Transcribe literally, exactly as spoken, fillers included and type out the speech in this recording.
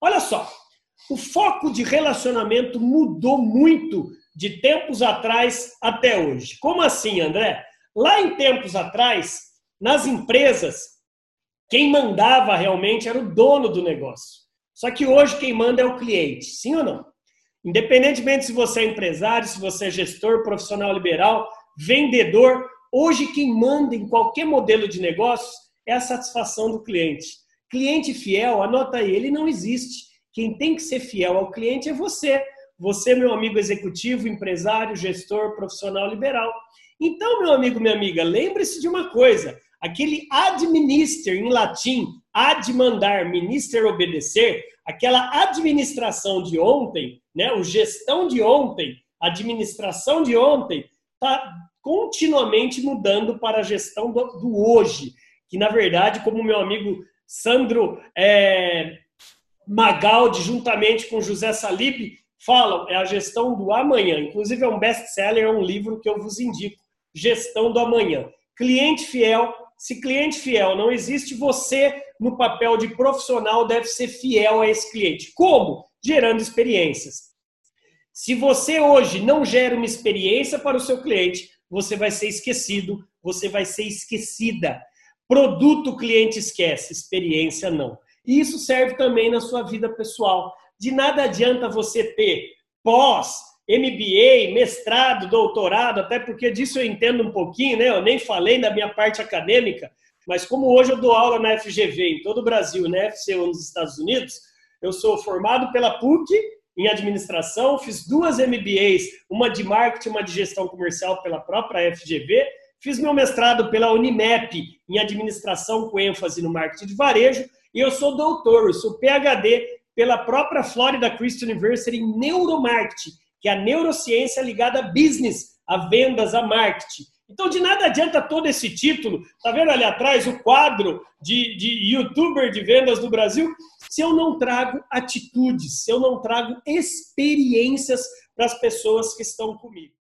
Olha só, o foco de relacionamento mudou muito de tempos atrás até hoje. Como assim, André? Lá em tempos atrás, nas empresas, quem mandava realmente era o dono do negócio. Só que hoje quem manda é o cliente, sim ou não? Independentemente se você é empresário, se você é gestor, profissional liberal, vendedor, hoje quem manda em qualquer modelo de negócio é a satisfação do cliente. Cliente fiel, anota aí, ele não existe. Quem tem que ser fiel ao cliente é você. Você, meu amigo executivo, empresário, gestor, profissional liberal. Então, meu amigo, minha amiga, lembre-se de uma coisa. Aquele administer em latim, ad mandar, minister obedecer, aquela administração de ontem, né, o gestão de ontem, administração de ontem, está continuamente mudando para a gestão do, do hoje, que na verdade, como meu amigo Sandro é, Magaldi, juntamente com José Salib, falam, é a gestão do amanhã. Inclusive é um best-seller, é um livro que eu vos indico, Gestão do Amanhã. Cliente fiel, se cliente fiel não existe, você, no papel de profissional, deve ser fiel a esse cliente. Como? Gerando experiências. Se você hoje não gera uma experiência para o seu cliente, você vai ser esquecido, você vai ser esquecida. Produto o cliente esquece, experiência não. E isso serve também na sua vida pessoal. De nada adianta você ter pós, M B A, mestrado, doutorado, até porque disso eu entendo um pouquinho, né? Eu nem falei da minha parte acadêmica, mas como hoje eu dou aula na F G V em todo o Brasil, na F C U nos Estados Unidos, eu sou formado pela P U C em administração, fiz duas M B As, uma de marketing, uma de gestão comercial pela própria F G V, fiz meu mestrado pela Unimap em administração com ênfase no marketing de varejo, e eu sou doutor, eu sou P H D pela própria Florida Christian University em neuromarketing, que é a neurociência ligada a business, a vendas, a marketing. Então, de nada adianta todo esse título, tá vendo ali atrás o quadro de, de youtuber de vendas do Brasil, se eu não trago atitudes, se eu não trago experiências para as pessoas que estão comigo.